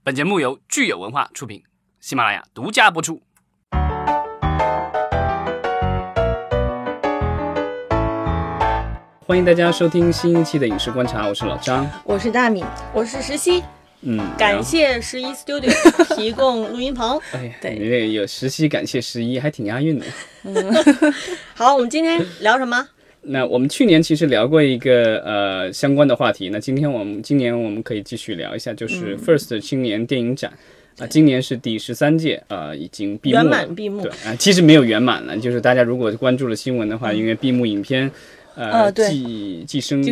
本节目由聚友文化出品，喜马拉雅独家播出。欢迎大家收听新一期的影视观察，我是老张， 我是大米， 我是石溪。感谢11 Studio 提供录音棚。 哎呀，对，这个有石溪感谢11，还挺押韵的。 好，我们今天聊什么？ 那我们去年其实聊过一个相关的话题，那今年我们可以继续聊一下，就是 FIRST 青年电影展今年是第13届已经闭幕了， 圆满闭幕。 对其实没有圆满了，就是大家如果关注了新闻的话，因为闭幕影片寄生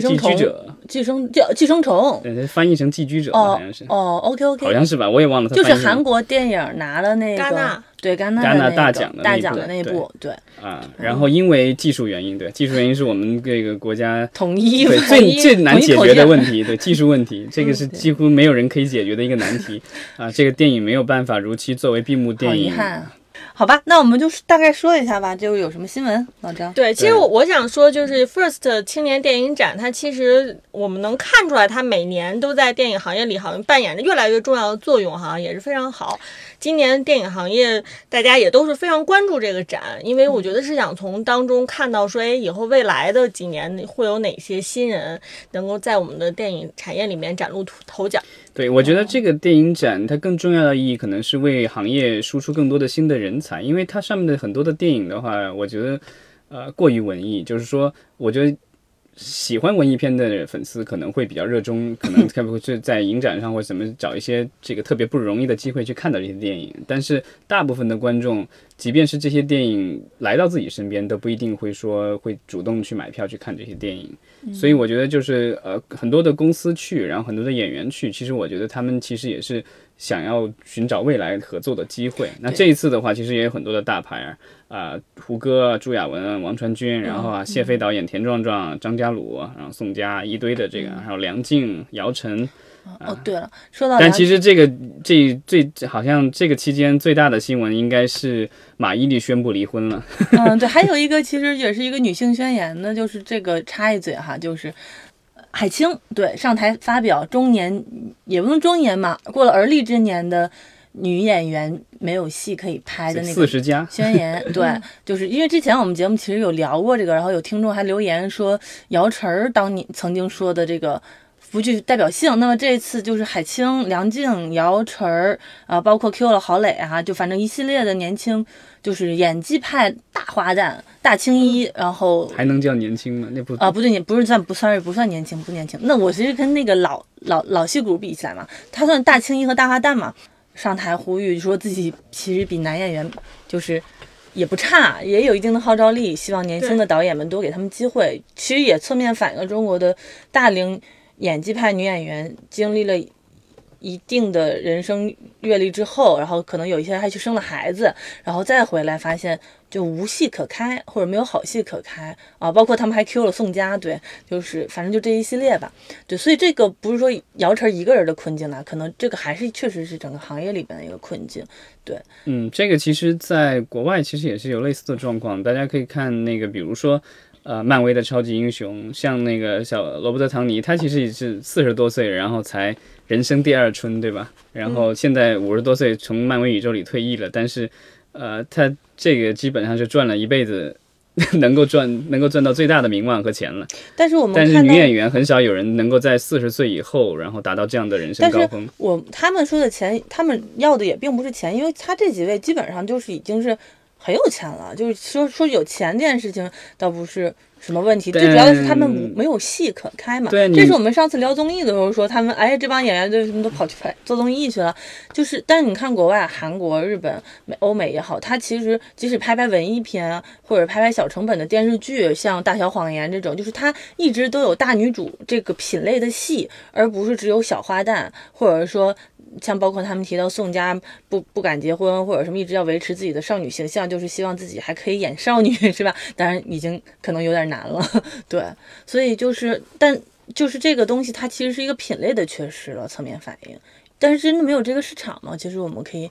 虫，对，翻译成寄居者好像是。 OK， 好像是吧，我也忘了。 就是韩国电影拿了那个戛纳大奖的那部，对然后因为技术原因，对，技术原因是我们这个国家统一最难解决的问题，对，技术问题，这个是几乎没有人可以解决的一个难题这个电影没有办法如期作为闭幕电影， 好遗憾。好吧，那我们就大概说一下吧，就有什么新闻，老张。 对，其实我想说，就是 FIRST 青年电影展，它其实我们能看出来，它每年都在电影行业里好像扮演着越来越重要的作用，好像也是非常好。今年电影行业大家也都是非常关注这个展，因为我觉得是想从当中看到说，以后未来的几年会有哪些新人能够在我们的电影产业里面崭露头角。 对，我觉得这个电影展它更重要的意义可能是为行业输出更多的新的人才，因为它上面的很多的电影的话，我觉得过于文艺，就是说我觉得喜欢文艺片的粉丝可能会比较热衷，可能会在影展上或怎么找一些这个特别不容易的机会去看到这些电影，但是大部分的观众即便是这些电影来到自己身边都不一定会说会主动去买票去看这些电影，所以我觉得就是很多的公司去，然后很多的演员去，其实我觉得他们其实也是想要寻找未来合作的机会。那这一次的话其实也有很多的大牌胡歌、朱亚文、王传君，然后谢飞导演、田壮壮、张家鲁，然后宋佳，一堆的这个，还有梁静、姚晨。 对了，说到但其实好像这个期间最大的新闻应该是马伊琍宣布离婚了。 对，还有一个其实也是一个女性宣言呢，就是这个插一嘴哈，就是海清对上台发表中年也不能中年嘛，过了而立之年的女演员没有戏可以拍的那个宣言。对，就是因为之前我们节目其实有聊过这个，然后有听众还留言说姚晨当年曾经说的这个不具代表性，那么这一次就是海清、梁静、姚晨包括 Q 了郝蕾就反正一系列的年轻就是演技派大花旦大青衣，然后还能叫年轻吗？那不不对，不算年轻，不年轻。那我其实跟那个老戏骨比起来嘛，他算大青衣和大花旦嘛，上台呼吁说自己其实比男演员就是也不差，也有一定的号召力，希望年轻的导演们多给他们机会。其实也侧面反映了中国的大龄演技派女演员经历了一定的人生阅历之后，然后可能有一些还去生了孩子，然后再回来发现就无戏可开，或者没有好戏可开包括他们还 Q 了宋佳，对，就是反正就这一系列吧。对，所以这个不是说姚晨一个人的困境可能这个还是确实是整个行业里边的一个困境。对， 这个其实在国外其实也是有类似的状况，大家可以看那个比如说漫威的超级英雄，像那个小罗伯特·唐尼，他其实也是40多岁，然后才人生第二春，对吧？然后现在50多岁从漫威宇宙里退役了，但是他这个基本上是赚了一辈子能够赚到最大的名望和钱了。 但是女演员很少有人能够在40岁以后然后达到这样的人生高峰。 但是他们说的钱，他们要的也并不是钱，因为他这几位基本上就是已经是很有钱了，就是说有钱这件事情倒不是什么问题，最主要的是他们没有戏可开嘛。 对， 这是我们上次聊综艺的时候说他们这帮演员什么都跑去做综艺去了，就是但是你看国外韩国、日本、欧美也好，他其实即使拍文艺片或者拍小成本的电视剧，像《大小谎言》这种，就是他一直都有大女主这个品类的戏，而不是只有小花旦，或者说像包括他们提到宋佳不敢结婚，或者什么一直要维持自己的少女形象，就是希望自己还可以演少女，是吧？当然已经可能有点难了，对，所以但就是这个东西它其实是一个品类的缺失了，侧面反映。但是真的没有这个市场吗？其实我们可以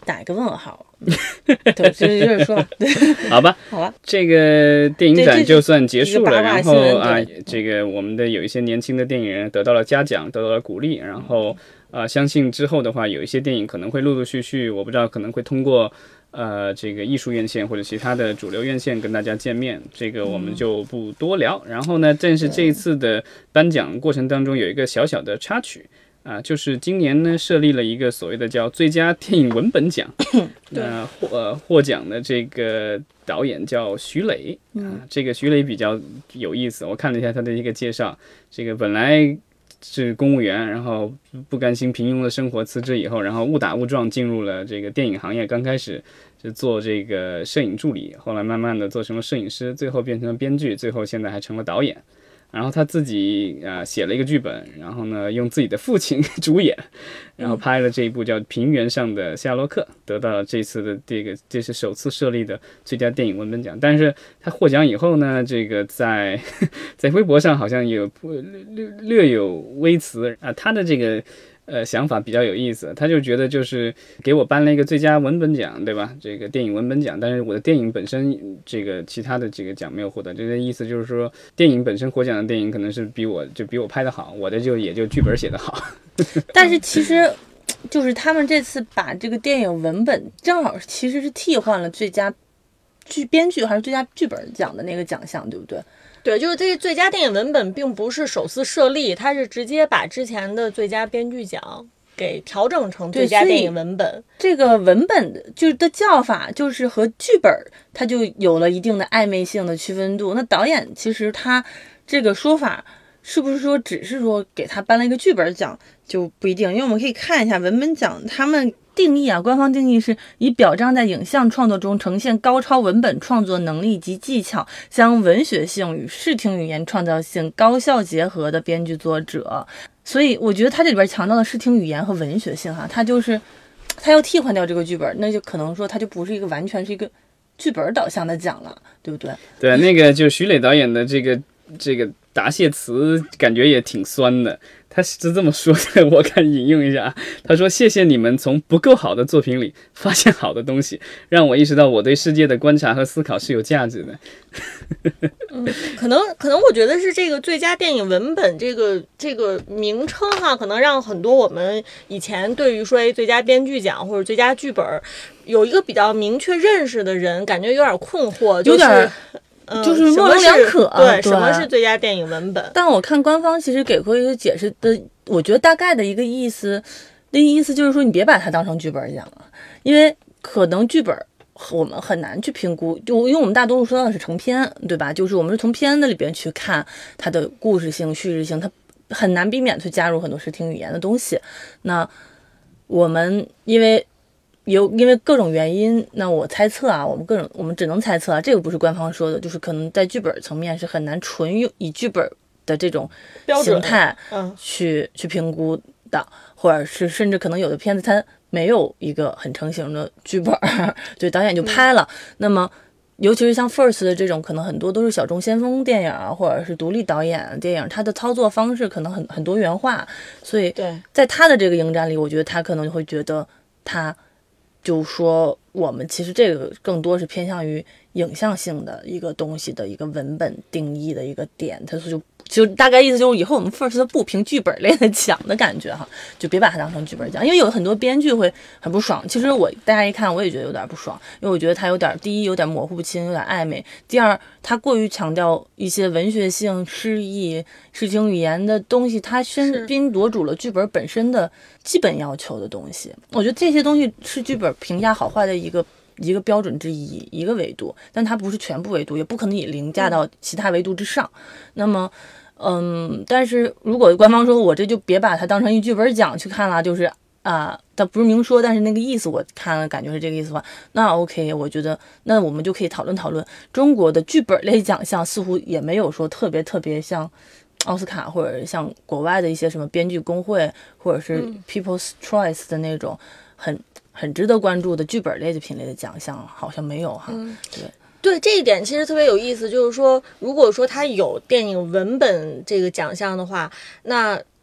打一个问号。对，就是说吧，对， 好吧， 好吧， 这个电影展就算结束了，然后啊， 对这个我们的有一些年轻的电影人得到了嘉奖，得到了鼓励，然后相信之后的话，有一些电影可能会陆陆续续，我不知道可能会通过这个艺术院线或者其他的主流院线跟大家见面，这个我们就不多聊。然后呢，正是这一次的颁奖过程当中有一个小小的插曲。就是今年呢设立了一个所谓的叫最佳电影文本奖，获奖的这个导演叫徐磊，这个徐磊比较有意思，我看了一下他的一个介绍，这个本来是公务员，然后不甘心平庸的生活，辞职以后，然后误打误撞进入了这个电影行业，刚开始是做这个摄影助理，后来慢慢的做成了摄影师，最后变成了编剧，最后现在还成了导演。然后他自己写了一个剧本，然后呢用自己的父亲主演，然后拍了这一部叫《平原上的夏洛克》，得到了这次的这是首次设立的最佳电影文本奖。但是他获奖以后呢，这个在微博上好像有略有微词啊，他的这个想法比较有意思，他就觉得就是给我颁了一个最佳文本奖，对吧？这个电影文本奖，但是我的电影本身这个其他的这个奖没有获得，这个意思就是说，电影本身获奖的电影可能是比我拍的好，我的也就剧本写得好。 但是其实就是他们这次把这个电影文本正好其实是替换了最佳编剧还是最佳剧本奖的那个奖项，对不对？ 对，就是这最佳电影文本并不是首次设立，它是直接把之前的最佳编剧奖给调整成最佳电影文本。 这个文本就是的叫法，就是和剧本它就有了一定的暧昧性的区分度。那导演其实他这个说法是不是说只是说给他颁了一个剧本奖就不一定，因为我们可以看一下文本奖他们定义官方定义是以表彰在影像创作中呈现高超文本创作能力及技巧，将文学性与视听语言创造性高效结合的编剧作者。所以我觉得他这里边强调的视听语言和文学性他就是他要替换掉这个剧本，那就可能说他就不是一个完全是一个剧本导向的奖了，对不对？ 对，那个就是徐磊导演的这个答谢词感觉也挺酸的，他是这么说的，我看引用一下，他说：“谢谢你们从不够好的作品里发现好的东西，让我意识到我对世界的观察和思考是有价值的。” 可能我觉得是这个最佳电影文本这个名称可能让很多我们以前对于说最佳编剧奖或者最佳剧本有一个比较明确认识的人感觉有点困惑， 有点就是模棱两可。 对，什么是最佳电影文本？ 但我看官方其实给过一个解释的，我觉得大概的一个意思，那意思就是说你别把它当成剧本讲了，因为可能剧本我们很难去评估，就因为我们大多数说到的是成片，对吧？就是我们是从片子里边去看它的故事性、叙事性，它很难避免去加入很多视听语言的东西。那我们因为各种原因，那我猜测我们只能猜测这个不是官方说的，就是可能在剧本层面是很难纯用以剧本的这种形态去评估的，或者是甚至可能有的片子它没有一个很成型的剧本，对，导演就拍了。那么尤其是像 First 的这种，可能很多都是小众先锋电影或者是独立导演电影，它的操作方式可能很多元化，所以在他的这个影展里，我觉得他可能会觉得他就说我们其实这个更多是偏向于影像性的一个东西的一个文本定义的一个点，他就大概意思就是以后我们 First 不评剧本类的奖的感觉就别把它当成剧本奖，因为有很多编剧会很不爽。其实大家一看我也觉得有点不爽，因为我觉得它第一有点模糊不清，有点暧昧；第二它过于强调一些文学性、诗意、视听语言的东西，它喧宾夺主了剧本本身的基本要求的东西。我觉得这些东西是剧本评价好坏的一个标准之一，一个维度，但它不是全部维度，也不可能以凌驾到其他维度之上。那么但是如果官方说我这就别把它当成一剧本奖去看了，就是它不是明说，但是那个意思我看了感觉是这个意思吧，那 OK， 我觉得那我们就可以讨论中国的剧本类奖项似乎也没有说特别像奥斯卡或者像国外的一些什么编剧工会或者是 People's Choice 的那种很值得关注的剧本类的品类的奖项，好像没有对，这一点其实特别有意思，就是说如果说它有电影文本这个奖项的话，那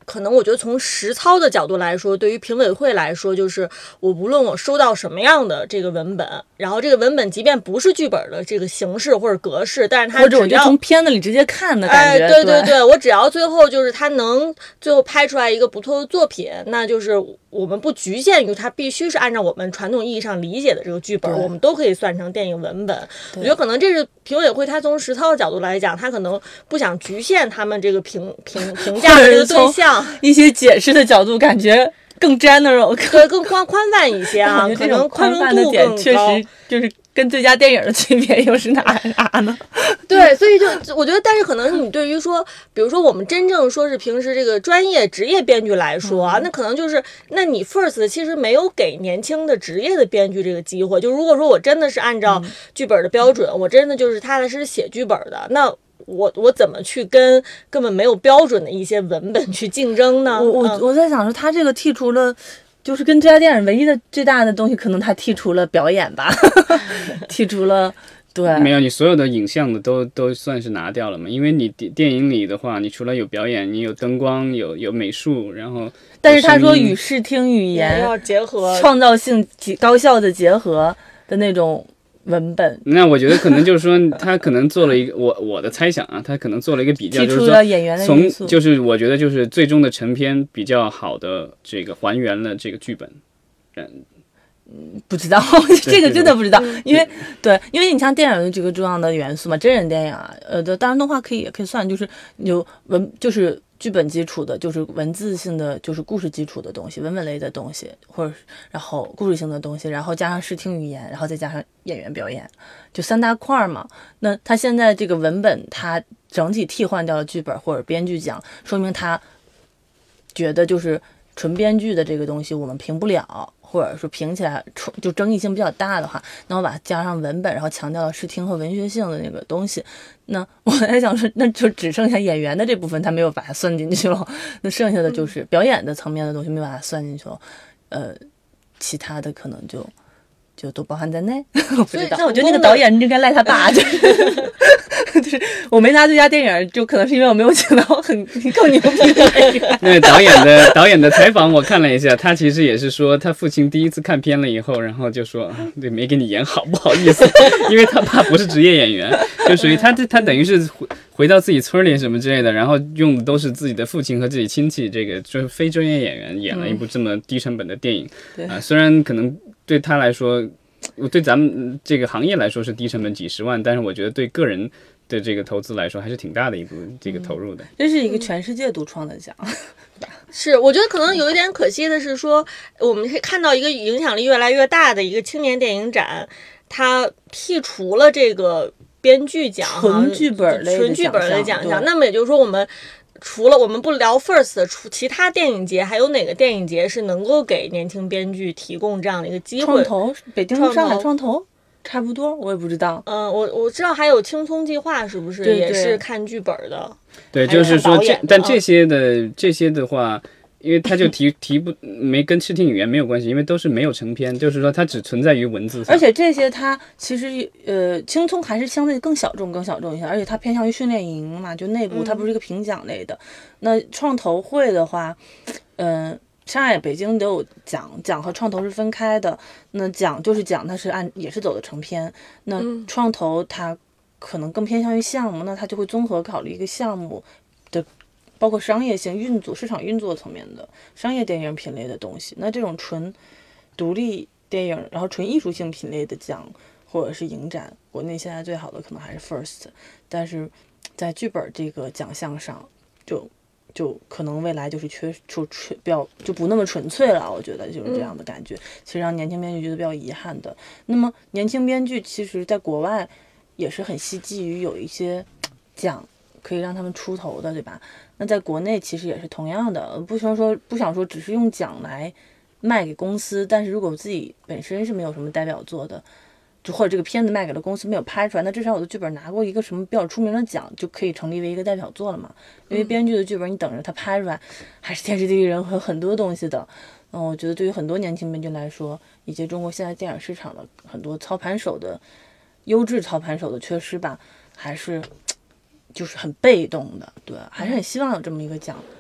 可能我觉得从实操的角度来说，对于评委会来说，就是我无论我收到什么样的这个文本，然后这个文本即便不是剧本的这个形式或者格式，但是它或者我就从片子里直接看的感觉， 对，我只要最后就是它能最后拍出来一个不错的作品，那就是我们不局限于它必须是按照我们传统意义上理解的这个剧本，我们都可以算成电影文本。我觉得可能这是评委会他从实操的角度来讲，他可能不想局限他们这个评价的这个对象， 一些解释的角度感觉更 general， 对，更宽泛一些啊，可能宽容度更高。 确实就是跟最佳电影的区别又是哪呢？ 对，所以就我觉得，但是可能你对于说，比如说我们真正说是平时这个专业职业编剧来说啊，那可能就是，那你 First 其实没有给年轻的职业的编剧这个机会。就如果说我真的是按照剧本的标准，我真的就是踏踏实实写剧本的，那我怎么去跟根本没有标准的一些文本去竞争呢？ 我在想说，他这个剔除了。就是跟最佳电影唯一的最大的东西，可能他剔除了表演吧，剔除了，对， 没有，你所有的影像的都算是拿掉了嘛，因为你电影里的话，你除了有表演，你有灯光，有美术，然后， 但是他说与视听语言要结合， 创造性高效的结合的那种。文本， 那我觉得可能就是说，他可能做了一个我的猜想啊，他可能做了一个比较，就是说演员的从就是我觉得就是最终的成片比较好的这个还原了这个剧本， 不知道这个真的不知道，因为你像电影有这个重要的元素嘛，真人电影啊，当然动画也可以算，就是有就是剧本基础的，就是文字性的，就是故事基础的东西，文本类的东西，或者然后故事性的东西，然后加上视听语言，然后再加上演员表演，就三大块嘛。那他现在这个文本，他整体替换掉了剧本或者编剧奖，说明他觉得就是纯编剧的这个东西我们评不了。或者说评起来就争议性比较大的话，那我把它加上文本，然后强调了视听和文学性的那个东西。那我在想说，那就只剩下演员的这部分，他没有把它算进去了。那剩下的就是表演的层面的东西，没有把它算进去了。其他的可能就都包含在内。我不知道，那我觉得那个导演应该赖他爸，就是我没拿最佳电影，就可能是因为我没有请到更牛逼的演员。 那导演的采访我看了一下，他其实也是说，他父亲第一次看片了以后，然后就说，对，没给你演好，不好意思，因为他爸不是职业演员，就属于他等于是回到自己村里什么之类的，然后用的都是自己的父亲和自己亲戚，这个就是非专业演员演了一部这么低成本的电影虽然可能对他来说。对咱们这个行业来说是低成本几十万，但是我觉得对个人的这个投资来说还是挺大的一部这个投入的。 这是一个全世界独创的奖。 是，我觉得可能有一点可惜的是说，我们可以看到一个影响力越来越大的一个青年电影展，它剔除了这个编剧奖、 纯剧本类奖项。那么也就是说，我们除了我们不聊 First， 其他电影节还有哪个电影节是能够给年轻编剧提供这样的一个机会？ 创投，北京、上海创投差不多，我也不知道。 我知道还有青葱计划，是不是也是看剧本的？ 对，就是说但这些的话。因为他就没跟视听语言没有关系，因为都是没有成片，就是说它只存在于文字上。 而且这些它其实青葱还是相对更小众一些，而且它偏向于训练营嘛，就内部它不是一个评奖类的。那创投会的话，上海、北京都有奖和创投是分开的。那奖它是也是走的成片，那创投它可能更偏向于项目，那它就会综合考虑一个项目的。包括商业性运作、市场运作层面的商业电影品类的东西，那这种纯独立电影，然后纯艺术性品类的奖或者是影展，国内现在最好的可能还是 First， 但是在剧本这个奖项上，就可能未来就是就不那么纯粹了，我觉得就是这样的感觉，其实让年轻编剧觉得比较遗憾的。那么年轻编剧其实在国外也是很希冀于有一些奖可以让他们出头的，对吧？那在国内其实也是同样的，不想说只是用奖来卖给公司，但是如果自己本身是没有什么代表作的，就或者这个片子卖给了公司没有拍出来，那至少我的剧本拿过一个什么比较出名的奖，就可以成立为一个代表作了嘛。因为编剧的剧本你等着他拍出来，还是天时地利人和很多东西的。我觉得对于很多年轻编剧来说，以及中国现在电影市场的很多优质操盘手的缺失吧，还是就是很被动的，对，还是很希望有这么一个奖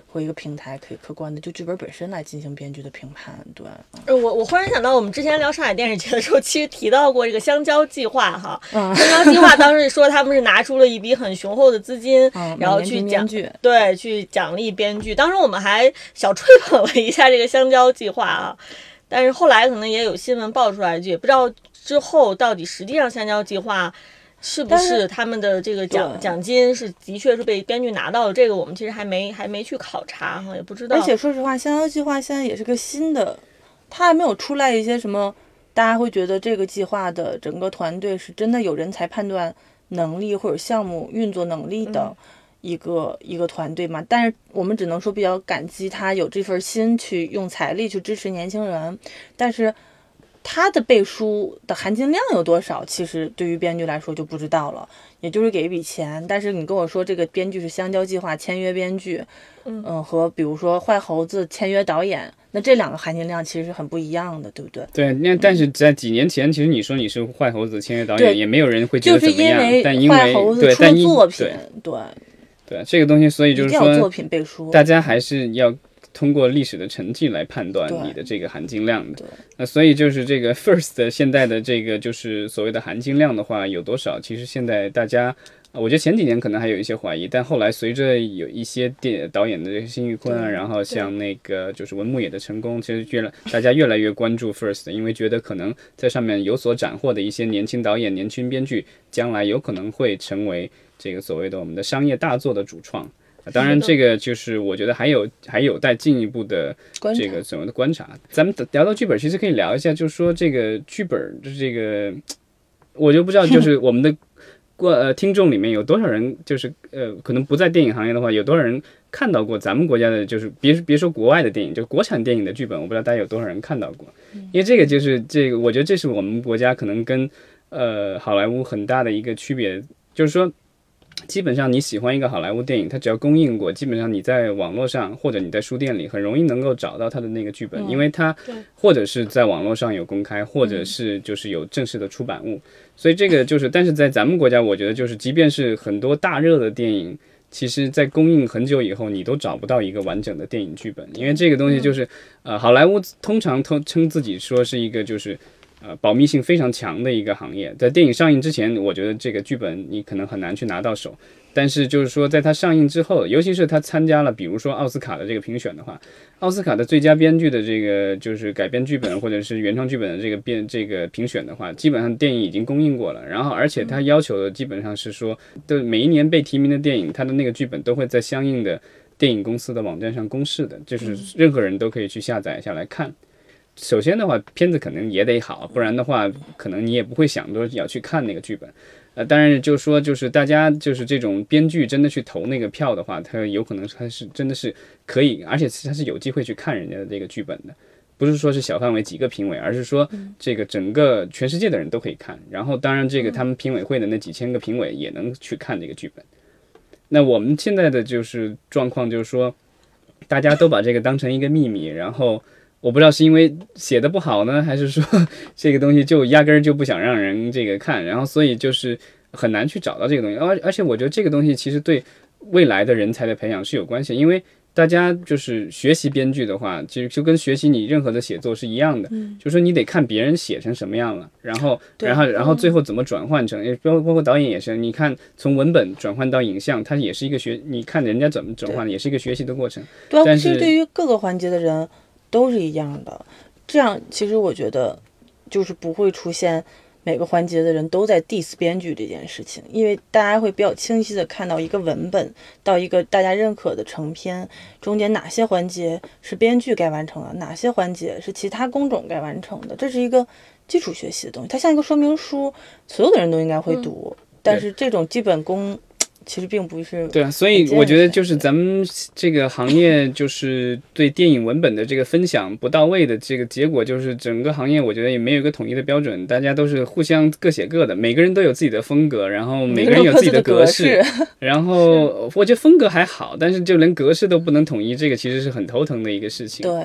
或一个平台可以客观的就剧本本身来进行编剧的评判。对， 我忽然想到，我们之前聊上海电视节的时候，其实提到过这个香蕉计划哈。香蕉计划当时说他们是拿出了一笔很雄厚的资金，然后去去奖励编剧。当时我们还小吹捧了一下这个香蕉计划啊，但是后来可能也有新闻爆出来，也不知道之后到底实际上香蕉计划是不是他们的这个奖金是的确是被编剧拿到了，这个我们其实还没去考察哈，也不知道。 而且说实话，香蕉计划现在也是个新的，它还没有出来一些什么大家会觉得这个计划的整个团队是真的有人才判断能力或者项目运作能力的一个团队嘛。但是我们只能说比较感激他有这份心去用财力去支持年轻人，但是他的背书的含金量有多少，其实对于编剧来说就不知道了。也就是给一笔钱，但是你跟我说这个编剧是香蕉计划签约编剧，和比如说坏猴子签约导演，那这两个含金量其实是很不一样的，对不对？ 对，那但是在几年前，其实你说你是坏猴子签约导演，也没有人会觉得怎么样。但因为坏猴子出了作品， 对这个东西，所以就是说， 作品背书， 大家还是要通过历史的成绩来判断你的这个含金量的。那所以就是这个 First 现在的这个就是所谓的含金量的话有多少，其实现在大家我觉得前几年可能还有一些怀疑，但后来随着有一些导演的这个辛玉坤啊，然后像那个就是文牧野的成功，其实大家越来越关注 First， 因为觉得可能在上面有所斩获的一些年轻导演、年轻编剧，将来有可能会成为这个所谓的我们的商业大作的主创。当然，这个就是我觉得还有待进一步的这个所谓的观察。咱们聊到剧本，其实可以聊一下，就是说这个剧本的这个，我就不知道，就是我们的听众里面有多少人，就是可能不在电影行业的话，有多少人看到过咱们国家的，就是别说国外的电影，就国产电影的剧本，我不知道大家有多少人看到过。因为这个就是这个，我觉得这是我们国家可能跟好莱坞很大的一个区别，就是说。基本上你喜欢一个好莱坞电影，它只要公映过，基本上你在网络上或者你在书店里很容易能够找到它的那个剧本，因为它或者是在网络上有公开，或者是就是有正式的出版物。所以这个就是，但是在咱们国家，我觉得就是即便是很多大热的电影，其实在公映很久以后，你都找不到一个完整的电影剧本，因为这个东西就是好莱坞通常称自己说是一个就是保密性非常强的一个行业，在电影上映之前，我觉得这个剧本你可能很难去拿到手。但是就是说，在它上映之后，尤其是它参加了，比如说奥斯卡的这个评选的话，奥斯卡的最佳编剧的这个就是改编剧本或者是原创剧本的这个评选的话，基本上电影已经公映过了。然后，而且它要求的基本上是说，对每一年被提名的电影，它的那个剧本都会在相应的电影公司的网站上公示的，就是任何人都可以去下载下来看。首先的话，片子可能也得好，不然的话，可能你也不会想着要去看那个剧本。当然就是说，就是大家就是这种编剧真的去投那个票的话，他有可能他是真的是可以，而且他是有机会去看人家的这个剧本的，不是说是小范围几个评委，而是说这个整个全世界的人都可以看。然后当然这个他们评委会的那几千个评委也能去看这个剧本。那我们现在的就是状况就是说，大家都把这个当成一个秘密，然后。我不知道是因为写的不好呢，还是说这个东西就压根儿就不想让人这个看，然后所以就是很难去找到这个东西。而且我觉得这个东西其实对未来的人才的培养是有关系，因为大家就是学习编剧的话，其实就跟学习你任何的写作是一样的，就是说你得看别人写成什么样了，然后最后怎么转换成，包括导演也是，你看从文本转换到影像，它也是一个你看人家怎么转换，也是一个学习的过程。 对，但是对于各个环节的人。都是一样的，这样其实我觉得就是不会出现每个环节的人都在 diss 编剧这件事情，因为大家会比较清晰的看到一个文本到一个大家认可的成片中间哪些环节是编剧该完成的，哪些环节是其他工种该完成的，这是一个基础学习的东西，它像一个说明书，所有的人都应该会读，但是这种基本功其实并不是对啊，所以我觉得就是咱们这个行业就是对电影文本的这个分享不到位的这个结果，就是整个行业我觉得也没有一个统一的标准，大家都是互相各写各的，每个人都有自己的风格，然后每个人有自己的格式，然后我觉得风格还好，但是就连格式都不能统一，这个其实是很头疼的一个事情。 对，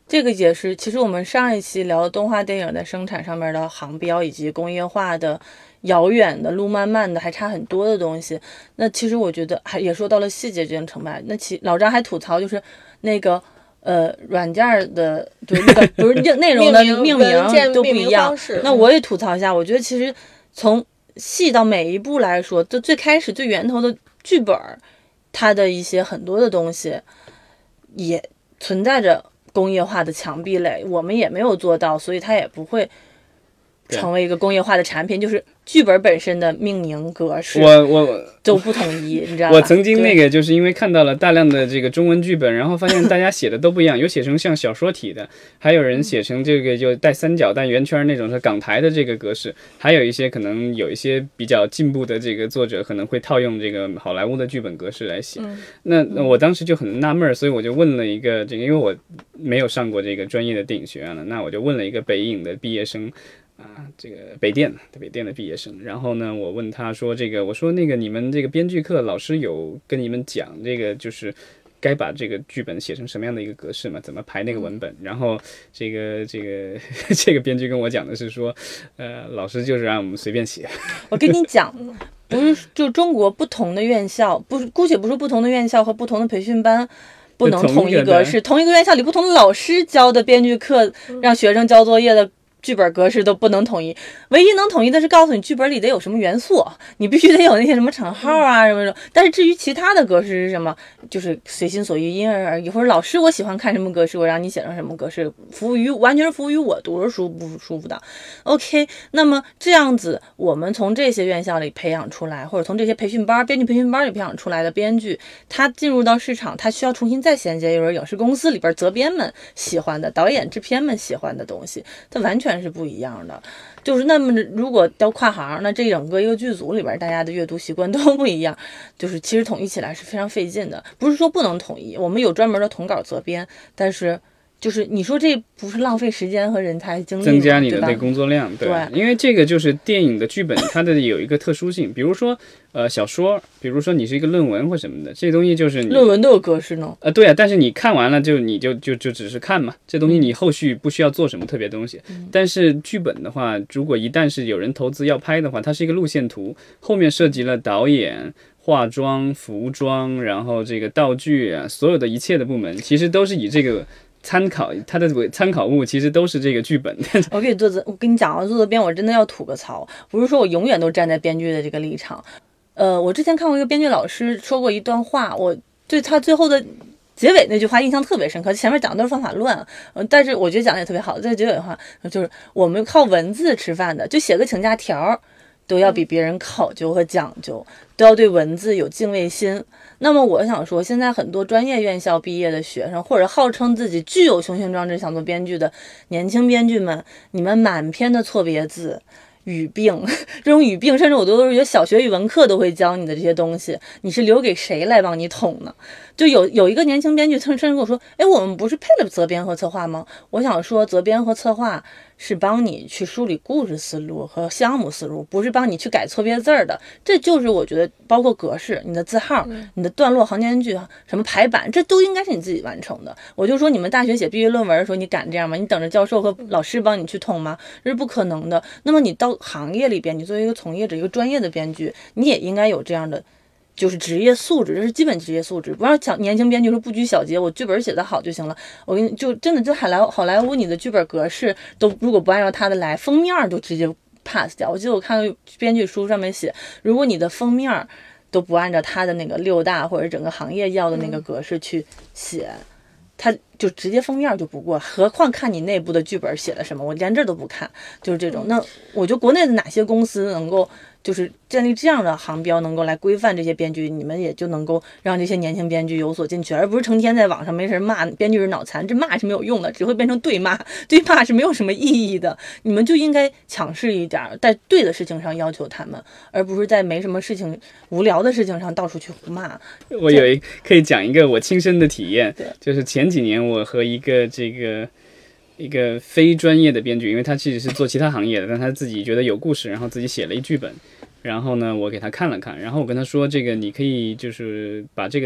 这个也是，其实我们上一期聊动画电影在生产上面的航标以及工业化的遥远的路漫漫的还差很多的东西。那其实我觉得也说到了细节决定成败。那老张还吐槽就是那个软件的就是那个不是内容的命名都不一样。那我也吐槽一下，我觉得其实从细到每一步来说，就最开始最源头的剧本，它的一些很多的东西也存在着工业化的强壁垒，我们也没有做到，所以它也不会成为一个工业化的产品。就是剧本本身的命名格式我都不统一，你知道吧？ 我曾经那个就是因为看到了大量的这个中文剧本，然后发现大家写的都不一样，有写成像小说体的，还有人写成这个就带三角带圆圈那种是港台的这个格式，还有一些可能有一些比较进步的这个作者可能会套用这个好莱坞的剧本格式来写。那我当时就很纳闷，所以我就问了一个这个，因为我没有上过这个专业的电影学院了，那我就问了一个北影的毕业生。这个北电的毕业生，然后呢，我问他说我说那个你们这个编剧课老师有跟你们讲这个就是该把这个剧本写成什么样的一个格式嘛？怎么排那个文本？然后这个编剧跟我讲的是说，老师就是让我们随便写。 我跟你讲，不是就中国不同的院校，姑且不说不同的院校和不同的培训班。不能统一格式，同一个院校里不同的老师教的编剧课，让学生交作业的剧本格式都不能统一，唯一能统一的是告诉你剧本里得有什么元素，你必须得有那些什么场号啊什么的。但是至于其他的格式是什么，就是随心所欲，因人而异。或者老师我喜欢看什么格式，我让你写成什么格式，完全是服务于我读着舒不舒服的。OK， 那么这样子，我们从这些院校里培养出来，或者从这些培训班、编剧培训班里培养出来的编剧，他进入到市场，他需要重新再衔接一轮影视公司里边责编们喜欢的、导演、制片们喜欢的东西，它完全是不一样的。就是那么如果要跨行，那这整个一个剧组里边大家的阅读习惯都不一样，就是其实统一起来是非常费劲的。不是说不能统一，我们有专门的统稿责编，但是就是你说这不是浪费时间和人才精力吗？ 增加你的这工作量， 对，因为这个就是电影的剧本它的有一个特殊性，比如说小说，比如说你是一个论文或什么的，这东西就是你论文都有格式呢。 对啊，但是你看完了你就只是看嘛，这东西你后续不需要做什么特别东西。但是剧本的话，如果一旦是有人投资要拍的话，它是一个路线图，后面涉及了导演、化妆、服装，然后这个道具啊，所有的一切的部门，其实都是以这个参考，它的参考物其实都是这个剧本。 我跟你讲，做责编我真的要吐个槽，不是说我永远都站在编剧的这个立场。我之前看过一个编剧老师说过一段话，我对他最后的结尾那句话印象特别深刻，前面讲的都是方法论，但是我觉得讲的也特别好。这结尾的话就是我们靠文字吃饭的，就写个请假条都要比别人考究和讲究，都要对文字有敬畏心。那么我想说，现在很多专业院校毕业的学生，或者号称自己具有雄心壮志想做编剧的年轻编剧们，你们满篇的错别字、语病，这种语病甚至我都是觉得小学语文课都会教你的这些东西，你是留给谁来帮你统呢？就有一个年轻编剧甚至跟我说，我们不是配了责编和策划吗？我想说，责编和策划是帮你去梳理故事思路和项目思路，不是帮你去改错别字的。这就是我觉得包括格式、你的字号、你的段落、行间距、什么排版，这都应该是你自己完成的。我就说你们大学写毕业论文的时候，你敢这样吗？你等着教授和老师帮你去统吗？这是不可能的。那么你到行业里边，你作为一个从业者、一个专业的编剧，你也应该有这样的就是职业素质，这是基本职业素质。不要讲年轻编剧说不拘小节，我剧本写得好就行了。我跟你就真的就好莱坞你的剧本格式都如果不按照它的来，封面就直接 pass 掉。我记得我看编剧书上面写，如果你的封面都不按照它的那个6大或者整个行业要的那个格式去写，他就直接封面就不过，何况看你内部的剧本写的什么，我连这都不看，就是这种。那我觉得国内的哪些公司能够就是建立这样的航标，能够来规范这些编剧，你们也就能够让这些年轻编剧有所进取，而不是成天在网上没事骂编剧是脑残，这骂是没有用的，只会变成对骂，对骂是没有什么意义的。你们就应该强势一点，在对的事情上要求他们，而不是在没什么事情无聊的事情上到处去胡骂。 我可以讲一个我亲身的体验，就是前几年我和一个非专业的编剧，因为他其实是做其他行业的，但他自己觉得有故事，然后自己写了一剧本，然后呢我给他看了看，然后我跟他说，这个你可以就是把这个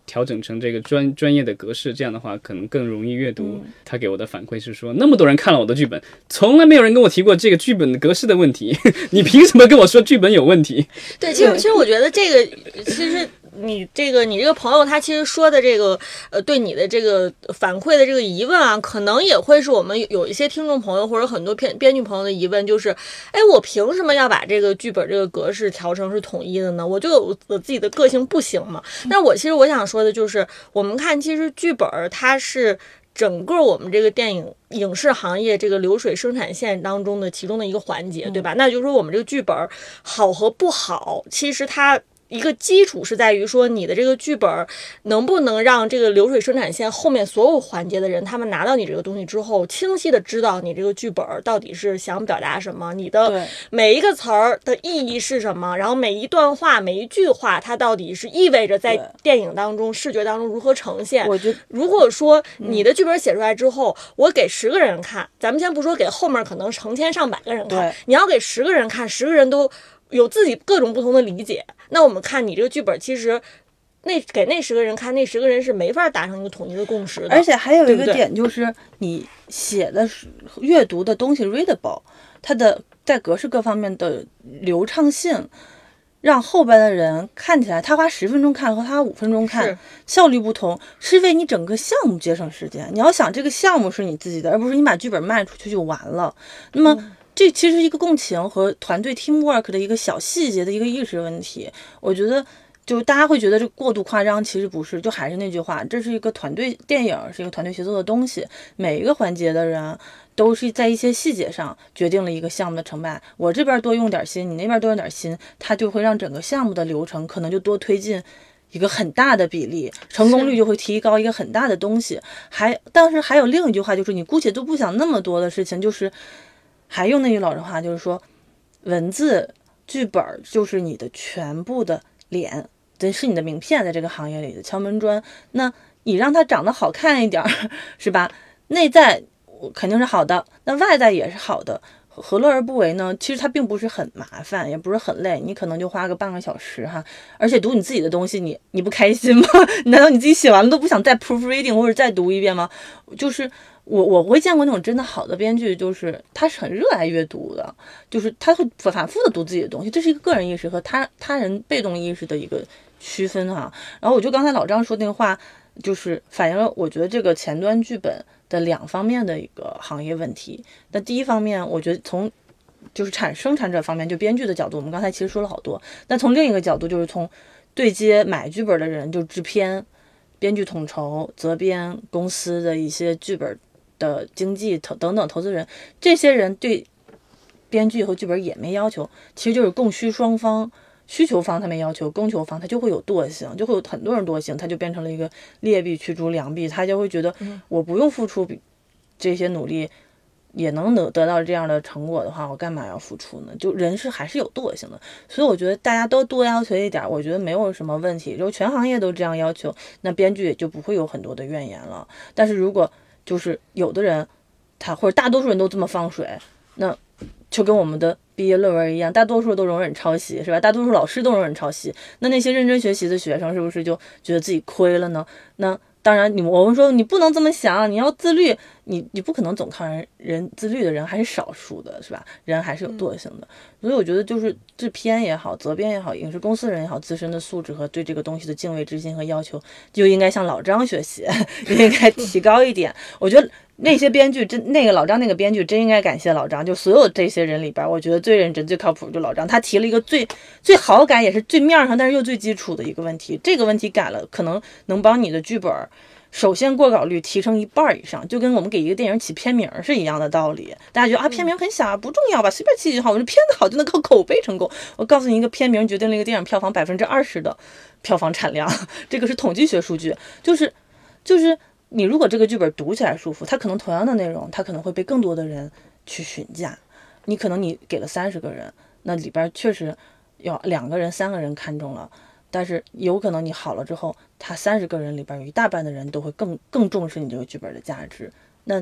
调整成这个专业的格式，这样的话可能更容易阅读。他给我的反馈是说，那么多人看了我的剧本，从来没有人跟我提过这个剧本的格式的问题，你凭什么跟我说剧本有问题？ 对，其实我觉得这个其实。你这个朋友他其实说的这个对你的这个反馈的这个疑问啊，可能也会是我们有一些听众朋友或者很多编剧朋友的疑问，就是哎，我凭什么要把这个剧本这个格式调成是统一的呢？我就有我自己的个性不行吗？但其实我想说的就是，我们看其实剧本它是整个我们这个电影视行业这个流水生产线当中的其中的一个环节，对吧？那就是说我们这个剧本好和不好，其实它一个基础是在于说，你的这个剧本能不能让这个流水生产线后面所有环节的人，他们拿到你这个东西之后，清晰的知道你这个剧本到底是想表达什么，你的每一个词儿的意义是什么，然后每一段话、每一句话，它到底是意味着在电影当中、视觉当中如何呈现。 我觉得， 如果说你的剧本写出来之后，我给10个人看，咱们先不说给后面可能成千上百个人看，你要给10个人看，10个人都有自己各种不同的理解，那我们看你这个剧本，其实给那10个人看，那10个人是没法达成一个统一的共识的。 而且还有一个点就是，你写的阅读的东西 readable， 它的在格式各方面的流畅性，让后边的人看起来，他花10分钟看和他花5分钟看效率不同，是为你整个项目节省时间。你要想这个项目是你自己的，而不是你把剧本卖出去就完了。那么这其实是一个共情和团队 teamwork 的一个小细节的一个意识问题。我觉得就大家会觉得这过度夸张，其实不是，就还是那句话，这是一个团队电影，是一个团队协作的东西，每一个环节的人都是在一些细节上决定了一个项目的成败。我这边多用点心，你那边多用点心，它就会让整个项目的流程可能就多推进一个很大的比例，成功率就会提高一个很大的东西。但是还有另一句话，就是你姑且都不想那么多的事情，就是还用那句老人话，就是说文字剧本就是你的全部的脸，这是你的名片，在这个行业里的敲门砖。那你让它长得好看一点，是吧？内在肯定是好的，那外在也是好的，何乐而不为呢？其实它并不是很麻烦，也不是很累，你可能就花个半个小时哈。而且读你自己的东西，你不开心吗？难道你自己写完了都不想再 proofreading 或者再读一遍吗？就是我会见过那种真的好的编剧，就是他是很热爱阅读的，就是他会反复的读自己的东西，这是一个个人意识和他人被动意识的一个区分哈。然后我就刚才老张说那个话，就是反映了我觉得这个前端剧本的2方面的一个行业问题。那第一方面，我觉得从就是生产者方面，就编剧的角度，我们刚才其实说了好多。那从另一个角度，就是从对接买剧本的人，就制片、编剧统筹、责编公司的一些剧本的经济等等投资人，这些人对编剧和剧本也没要求，其实就是供需双方，需求方他没要求，供求方他就会有惰性，就会有很多人惰性，他就变成了一个劣币驱逐良币，他就会觉得我不用付出这些努力也能得到这样的成果的话，我干嘛要付出呢？就人还是有惰性的，所以我觉得大家都多要求一点，我觉得没有什么问题。如果全行业都这样要求，那编剧也就不会有很多的怨言了。但是如果就是有的人或者大多数人都这么放水，那就跟我们的毕业论文一样，大多数都容忍抄袭，是吧？大多数老师都容忍抄袭，那些认真学习的学生是不是就觉得自己亏了呢？那当然我们说你不能这么想，你要自律，你不可能总靠人自律的人还是少数的，是吧？人还是有惰性的。所以我觉得就是制片也好，责编也好，影视公司人也好，自身的素质和对这个东西的敬畏之心和要求就应该向老张学习，应该提高一点。我觉得那些编剧那个老张那个编剧真应该感谢老张，就所有这些人里边，我觉得最认真最靠谱就老张，他提了一个最好改也是最面上但是又最基础的一个问题，这个问题改了可能能帮你的剧本首先过稿率提升1半以上，就跟我们给一个电影起片名是一样的道理。大家觉得片名很小不重要吧，随便起就好，我们片子好就能靠口碑成功。我告诉你，一个片名决定了一个电影票房20%的票房产量，这个是统计学数据。就是你如果这个剧本读起来舒服，它可能同样的内容，它可能会被更多的人去询价。你可能你给了30个人，那里边确实有2个人、3个人看中了。但是有可能你好了之后，他30个人里边有一大半的人都会更重视你这个剧本的价值。那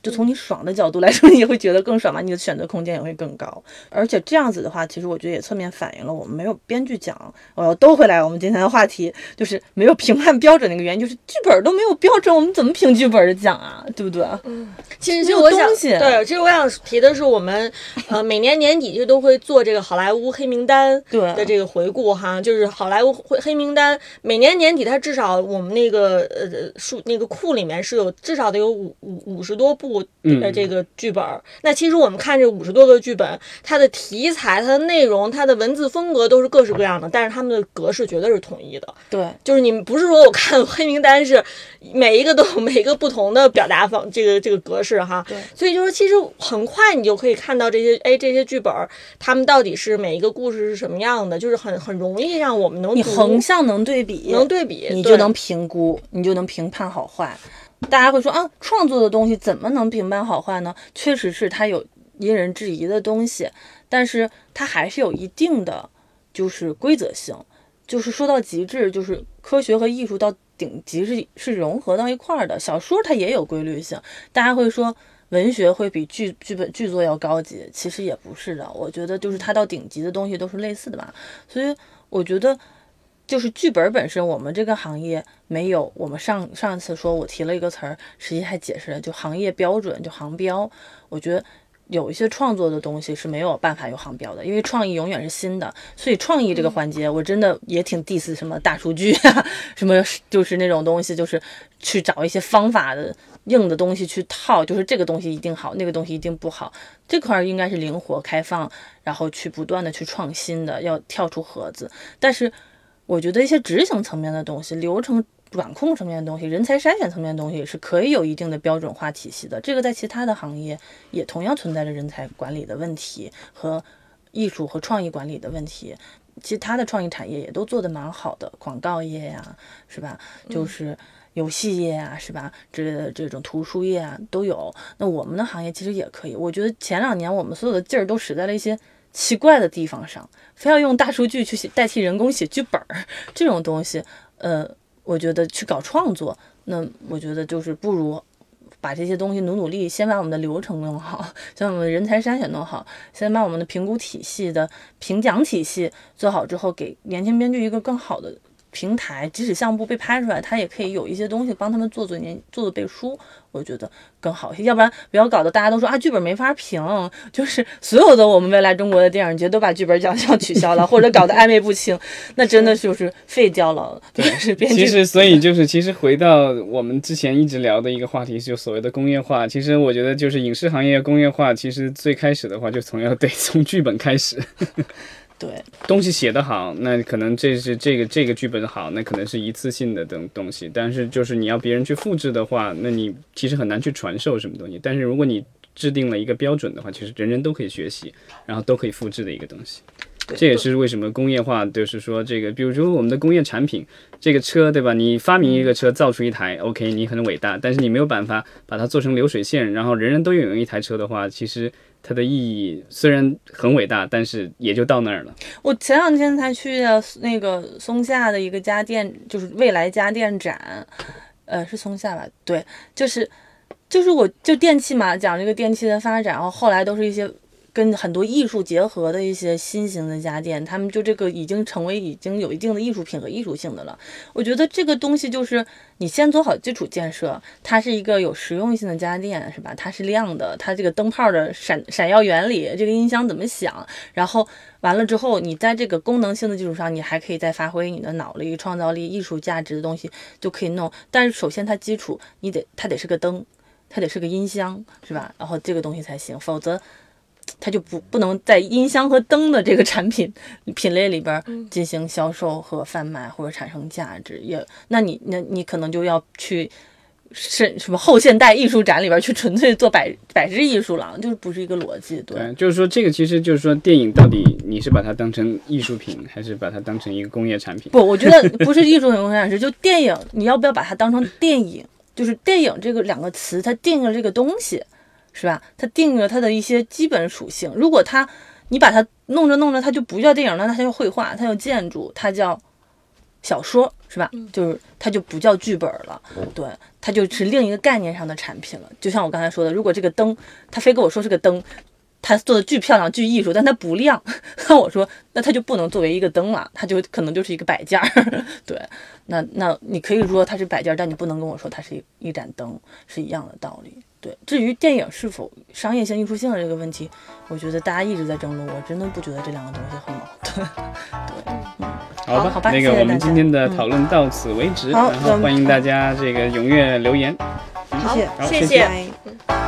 就从你爽的角度来说，你也会觉得更爽嘛，你的选择空间也会更高。而且这样子的话，其实我觉得也侧面反映了我们没有编剧奖。我要兜回来，我们今天的话题就是没有评判标准的一个原因，就是剧本都没有标准，我们怎么评剧本的奖啊？对不对？ 其实我想，对，其实我想提的是，我们每年年底就都会做这个好莱坞黑名单的这个回顾哈，就是好莱坞黑名单，每年年底它至少我们那个那个库里面是有至少得有50多部的这个剧本。那其实我们看这50多个剧本，它的题材、它的内容、它的文字风格都是各式各样的，但是它们的格式绝对是统一的。 对， 就是你不是说我看黑名单是每一个都有每一个不同的表达方这个格式哈。 对， 所以就是其实很快你就可以看到这些剧本他们到底是每一个故事是什么样的，就是很容易让我们能你横向能对比，你就能评估，你就能评判好坏。大家会说啊，创作的东西怎么能评判好坏呢？确实是它有因人制宜的东西，但是它还是有一定的就是规则性，就是说到极致，就是科学和艺术到顶级是融合到一块儿的。小说它也有规律性，大家会说文学会比剧作要高级，其实也不是的。我觉得就是它到顶级的东西都是类似的吧，所以我觉得就是剧本本身，我们这个行业没有。我们上次说我提了一个词儿，实际还解释了，就行业标准，就行标。我觉得有一些创作的东西是没有办法有行标的，因为创意永远是新的，所以创意这个环节我真的也挺 diss 什么大数据啊，什么就是那种东西，就是去找一些方法的硬的东西去套，就是这个东西一定好，那个东西一定不好。这块应该是灵活开放，然后去不断的去创新的，要跳出盒子。但是我觉得一些执行层面的东西，流程管控层面的东西，人才筛选层面的东西是可以有一定的标准化体系的。这个在其他的行业也同样存在着人才管理的问题和艺术和创意管理的问题。其他的创意产业也都做得蛮好的，广告业呀，是吧？就是游戏业啊，是吧？这种图书业啊都有。那我们的行业其实也可以。我觉得前2年我们所有的劲儿都使在了一些奇怪的地方上，非要用大数据去代替人工写剧本这种东西，我觉得去搞创作，那我觉得就是不如把这些东西努力，先把我们的流程弄好，先把我们的人才筛选弄好，先把我们的评估体系的评奖体系做好之后，给年轻编剧一个更好的平台，即使项目被拍出来，它也可以有一些东西帮他们做背书，我觉得更好一些。要不然不要搞得大家都说啊剧本没法评，就是所有的我们未来中国的电影节都把剧本奖项取消了，或者搞得暧昧不清，那真的就是废掉了。对，是编剧。 其实所以就是其实回到我们之前一直聊的一个话题，就所谓的工业化。其实我觉得就是影视行业工业化，其实最开始的话就从剧本开始。 对， 东西写得好，那可能这个剧本好，那可能是一次性的东西。但是就是你要别人去复制的话，那你其实很难去传授什么东西。但是如果你制定了一个标准的话，其实人人都可以学习，然后都可以复制的一个东西。这也是为什么工业化，就是说这个，比如说我们的工业产品，这个车，对吧？你发明一个车，造出一台 ，OK， 你很伟大，但是你没有办法把它做成流水线，然后人人都拥有一台车的话，其实它的意义虽然很伟大，但是也就到那儿了。 我前2天才去的那个松下的一个家电，就是未来家电展，是松下吧？对，就是我就电器嘛，讲这个电器的发展，然后后来都是一些跟很多艺术结合的一些新型的家电，他们就这个已经有一定的艺术品和艺术性的了。我觉得这个东西就是你先做好基础建设，它是一个有实用性的家电，是吧？它是亮的，它这个灯泡的闪耀原理，这个音箱怎么响，然后完了之后，你在这个功能性的基础上，你还可以再发挥你的脑力、创造力、艺术价值的东西就可以弄。但是首先它基础它得是个灯，它得是个音箱，是吧？然后这个东西才行，否则它就不能在音箱和灯的这个产品品类里边进行销售和贩卖或者产生价值。那你可能就要去什么后现代艺术展里边去纯粹做摆置艺术了，就是不是一个逻辑。对， 就是说这个其实就是说电影到底你是把它当成艺术品，还是把它当成一个工业产品？ 不，我觉得不是艺术品工业产品，就电影你要不要把它当成电影？就是电影这个2个词，它定了这个东西。是吧？它定了它的一些基本属性。如果你把它弄着，它就不叫电影了，那它叫绘画，它叫建筑，它叫小说，是吧？就是它就不叫剧本了，对，它就是另一个概念上的产品了。就像我刚才说的，如果这个灯，他非跟我说是个灯，它做的巨漂亮、巨艺术，但它不亮，那我说那它就不能作为一个灯了，它就可能就是一个摆件儿。对，那你可以说它是摆件，但你不能跟我说它是一盏灯，是一样的道理。对，至于电影是否商业性、艺术性的这个问题，我觉得大家一直在争论，我真的不觉得这两个东西很矛盾。对，好吧， 那个我们今天的讨论到此为止，然后欢迎大家这个踊跃留言。 好， 谢谢谢。